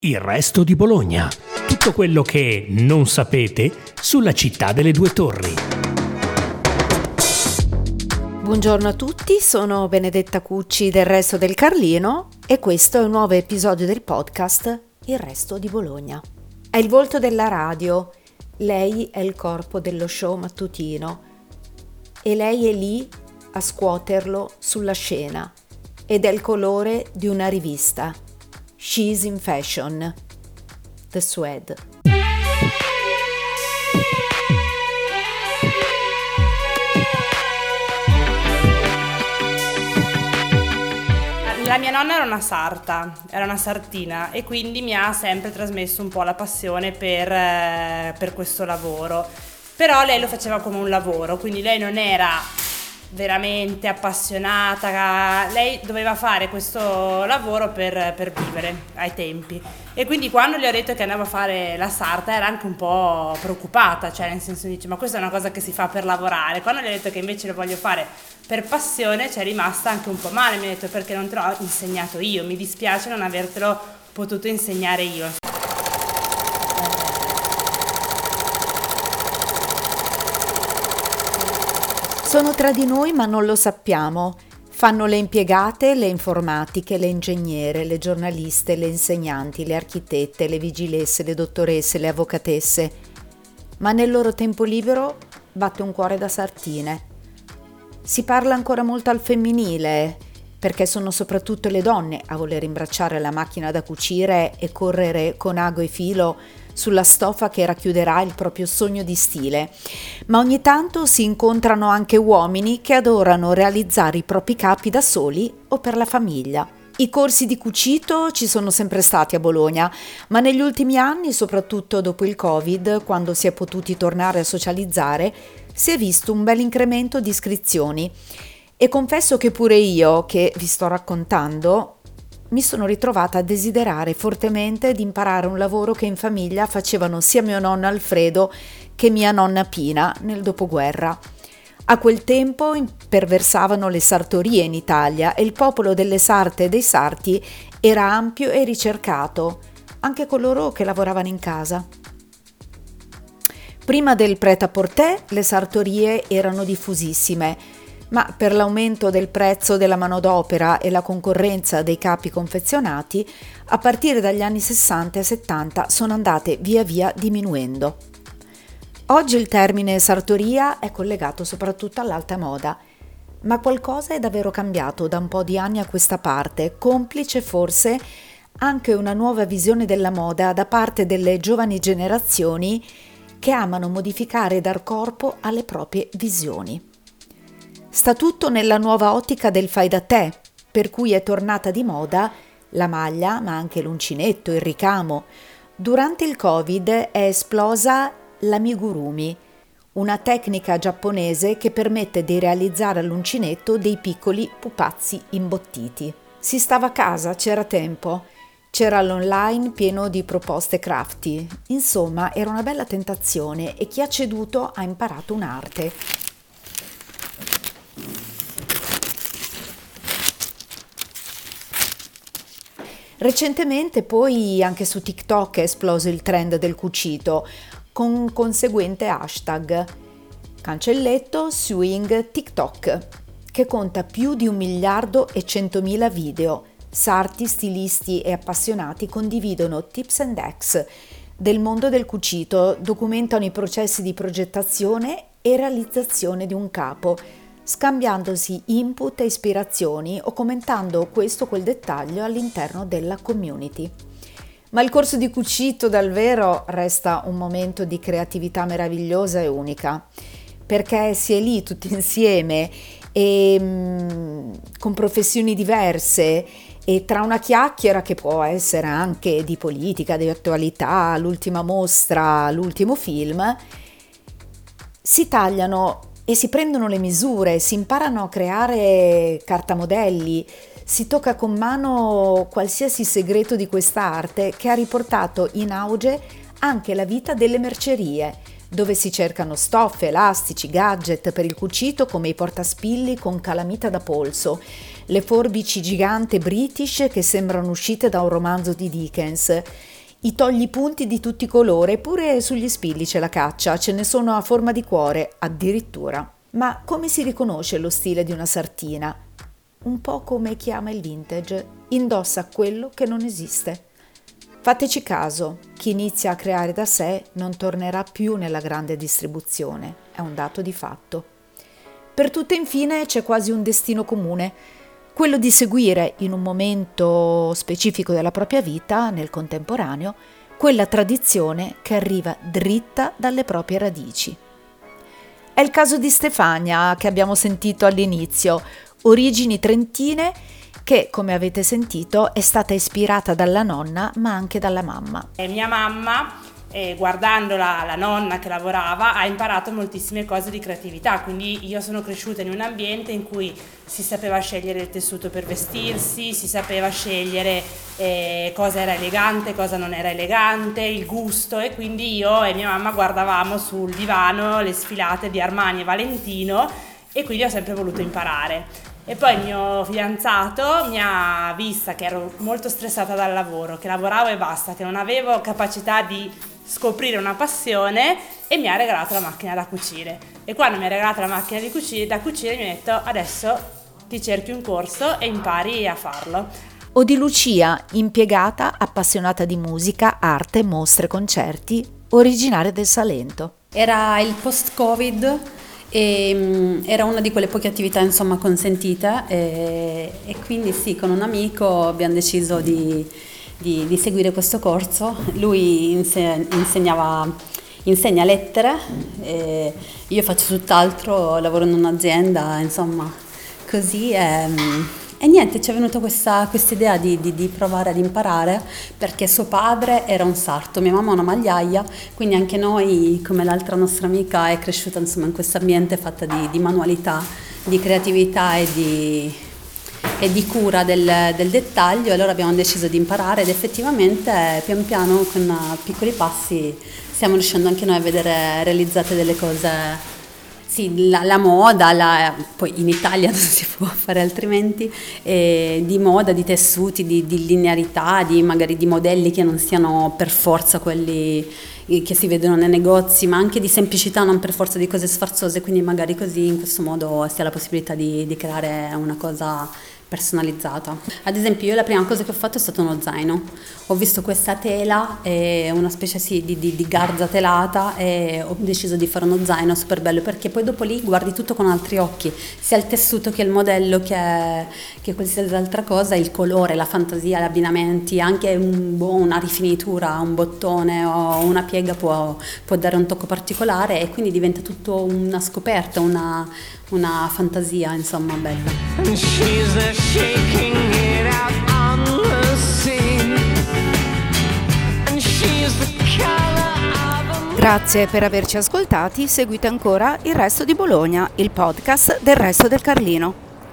Il resto di Bologna. Tutto quello che non sapete sulla città delle due torri. Buongiorno a tutti, sono Benedetta Cucci del Resto del Carlino e questo è un nuovo episodio del podcast Il resto di Bologna. È il volto della radio, lei è il corpo dello show mattutino e lei è lì a scuoterlo sulla scena ed è il colore di una rivista. She's in Fashion, The Suede. La mia nonna era una sarta, era una sartina e quindi mi ha sempre trasmesso un po' la passione per questo lavoro. Però lei lo faceva come un lavoro, quindi lei non era veramente appassionata, lei doveva fare questo lavoro per vivere ai tempi. E quindi quando le ho detto che andavo a fare la sarta era anche un po' preoccupata, cioè nel senso dice ma questa è una cosa che si fa per lavorare. Quando le ho detto che invece lo voglio fare per passione c'è rimasta anche un po' male, mi ha detto perché non te l'ho insegnato io, mi dispiace non avertelo potuto insegnare io. Sono tra di noi ma non lo sappiamo. Fanno le impiegate, le informatiche, le ingegnere, le giornaliste, le insegnanti, le architette, le vigilesse, le dottoresse, le avvocatesse. Ma nel loro tempo libero batte un cuore da sartine. Si parla ancora molto al femminile, perché sono soprattutto le donne a voler imbracciare la macchina da cucire e correre con ago e filo sulla stoffa che racchiuderà il proprio sogno di stile, ma ogni tanto si incontrano anche uomini che adorano realizzare i propri capi da soli o per la famiglia. I corsi di cucito ci sono sempre stati a Bologna, ma negli ultimi anni, soprattutto dopo il Covid, quando si è potuti tornare a socializzare, si è visto un bel incremento di iscrizioni. E confesso che pure io, che vi sto raccontando, mi sono ritrovata a desiderare fortemente di imparare un lavoro che in famiglia facevano sia mio nonno Alfredo che mia nonna Pina nel dopoguerra. A quel tempo imperversavano le sartorie in Italia e il popolo delle sarte e dei sarti era ampio e ricercato, anche coloro che lavoravano in casa. Prima del prêt-à-porter le sartorie erano diffusissime, ma per l'aumento del prezzo della manodopera e la concorrenza dei capi confezionati, a partire dagli anni 60 e 70 sono andate via via diminuendo. Oggi il termine sartoria è collegato soprattutto all'alta moda, ma qualcosa è davvero cambiato da un po' di anni a questa parte, complice forse anche una nuova visione della moda da parte delle giovani generazioni che amano modificare e dar corpo alle proprie visioni. Sta tutto nella nuova ottica del fai da te, per cui è tornata di moda la maglia, ma anche l'uncinetto, il ricamo. Durante il Covid è esplosa l'amigurumi, una tecnica giapponese che permette di realizzare all'uncinetto dei piccoli pupazzi imbottiti. Si stava a casa, c'era tempo, c'era l'online pieno di proposte crafty. Insomma, era una bella tentazione e chi ha ceduto ha imparato un'arte. Recentemente poi anche su TikTok è esploso il trend del cucito, con conseguente hashtag cancelletto swing TikTok, che conta più di 1.100.000 video. Sarti, stilisti e appassionati condividono tips and hacks del mondo del cucito, documentano i processi di progettazione e realizzazione di un capo, scambiandosi input e ispirazioni o commentando questo o quel dettaglio all'interno della community. Ma il corso di cucito dal vero resta un momento di creatività meravigliosa e unica, perché si è lì tutti insieme e con professioni diverse e tra una chiacchiera che può essere anche di politica, di attualità, l'ultima mostra, l'ultimo film, si tagliano e si prendono le misure, si imparano a creare cartamodelli, si tocca con mano qualsiasi segreto di quest'arte che ha riportato in auge anche la vita delle mercerie, dove si cercano stoffe, elastici, gadget per il cucito come i portaspilli con calamita da polso, le forbici gigante British che sembrano uscite da un romanzo di Dickens I toglipunti di tutti i colori, pure sugli spilli c'è la caccia, ce ne sono a forma di cuore, addirittura. Ma come si riconosce lo stile di una sartina? Un po' come chi ama il vintage, indossa quello che non esiste. Fateci caso, chi inizia a creare da sé non tornerà più nella grande distribuzione, è un dato di fatto. Per tutte infine c'è quasi un destino comune, quello di seguire in un momento specifico della propria vita, nel contemporaneo, quella tradizione che arriva dritta dalle proprie radici. È il caso di Stefania, che abbiamo sentito all'inizio, origini trentine, che, come avete sentito, è stata ispirata dalla nonna ma anche dalla mamma. Mia mamma, guardando la nonna che lavorava, ha imparato moltissime cose di creatività, quindi io sono cresciuta in un ambiente in cui si sapeva scegliere il tessuto per vestirsi, si sapeva scegliere cosa era elegante, cosa non era elegante, il gusto, e quindi io e mia mamma guardavamo sul divano le sfilate di Armani e Valentino e quindi ho sempre voluto imparare. E poi il mio fidanzato mi ha vista che ero molto stressata dal lavoro, che lavoravo e basta, che non avevo capacità di scoprire una passione, e mi ha regalato la macchina da cucire. E quando mi ha regalato la macchina da cucire mi ha detto: adesso ti cerchi un corso e impari a farlo. O di Lucia, impiegata, appassionata di musica, arte, mostre, concerti, originaria del Salento. Era il post-Covid e era una di quelle poche attività insomma consentite e quindi sì, con un amico abbiamo deciso di seguire questo corso. Lui insegna lettere e io faccio tutt'altro, lavoro in un'azienda, insomma così e niente, ci è venuta questa idea di provare ad imparare, perché suo padre era un sarto, mia mamma una magliaia, quindi anche noi, come l'altra nostra amica, è cresciuta insomma in questo ambiente fatta di manualità, di creatività e di cura del dettaglio. Allora abbiamo deciso di imparare ed effettivamente pian piano con piccoli passi stiamo riuscendo anche noi a vedere realizzate delle cose. Sì, la moda, poi in Italia non si può fare altrimenti, di moda, di tessuti, di linearità, magari di modelli che non siano per forza quelli che si vedono nei negozi, ma anche di semplicità, non per forza di cose sfarzose, quindi magari così in questo modo si ha la possibilità di creare una cosa personalizzata. Ad esempio io la prima cosa che ho fatto è stato uno zaino, ho visto questa tela, una specie di garza telata, e ho deciso di fare uno zaino super bello, perché poi dopo lì guardi tutto con altri occhi, sia il tessuto che il modello che qualsiasi altra cosa, il colore, la fantasia, gli abbinamenti, anche una rifinitura, un bottone o una piega può dare un tocco particolare, e quindi diventa tutto una scoperta, una fantasia insomma bella. Grazie per averci ascoltati, seguite ancora Il Resto di Bologna, il podcast del Resto del Carlino.